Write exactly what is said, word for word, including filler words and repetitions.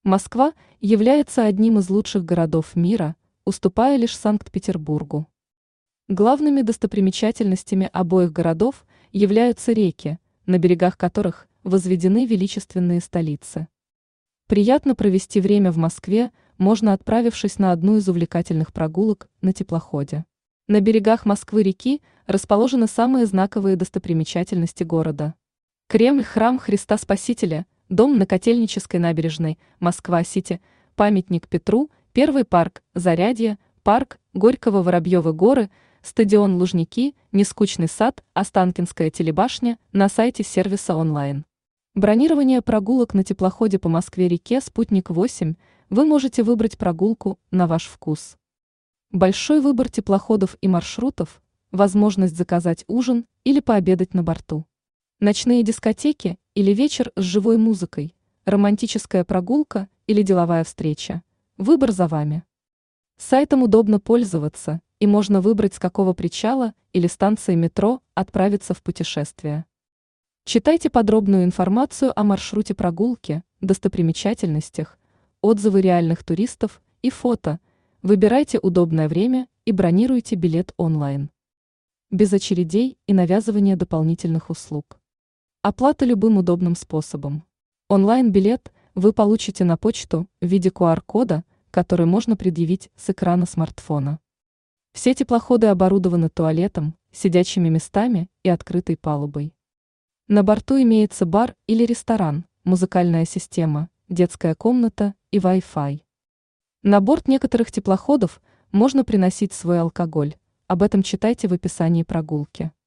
Москва является одним из лучших городов мира, уступая лишь Санкт-Петербургу. Главными достопримечательностями обоих городов являются реки, на берегах которых возведены величественные столицы. Приятно провести время в Москве можно, отправившись на одну из увлекательных прогулок на теплоходе. На берегах Москвы-реки расположены самые знаковые достопримечательности города. Кремль, храм Христа Спасителя, дом на Котельнической набережной, Москва-Сити, памятник Петру, Первый парк, Зарядье, парк Горького-Воробьевы горы, стадион Лужники, Нескучный сад, Останкинская телебашня на сайте сервиса онлайн. Бронирование прогулок на теплоходе по Москве-реке «Спутник восемь» вы можете выбрать прогулку на ваш вкус. Большой выбор теплоходов и маршрутов, возможность заказать ужин или пообедать на борту. Ночные дискотеки или вечер с живой музыкой, романтическая прогулка или деловая встреча. Выбор за вами. Сайтом удобно пользоваться, и можно выбрать, с какого причала или станции метро отправиться в путешествие. Читайте подробную информацию о маршруте прогулки, достопримечательностях, отзывы реальных туристов и фото. Выбирайте удобное время и бронируйте билет онлайн. Без очередей и навязывания дополнительных услуг. Оплата любым удобным способом. Онлайн-билет вы получите на почту в виде ку ар кода, который можно предъявить с экрана смартфона. Все теплоходы оборудованы туалетом, сидячими местами и открытой палубой. На борту имеется бар или ресторан, музыкальная система, детская комната и Wi-Fi. На борт некоторых теплоходов можно приносить свой алкоголь, об этом читайте в описании прогулки.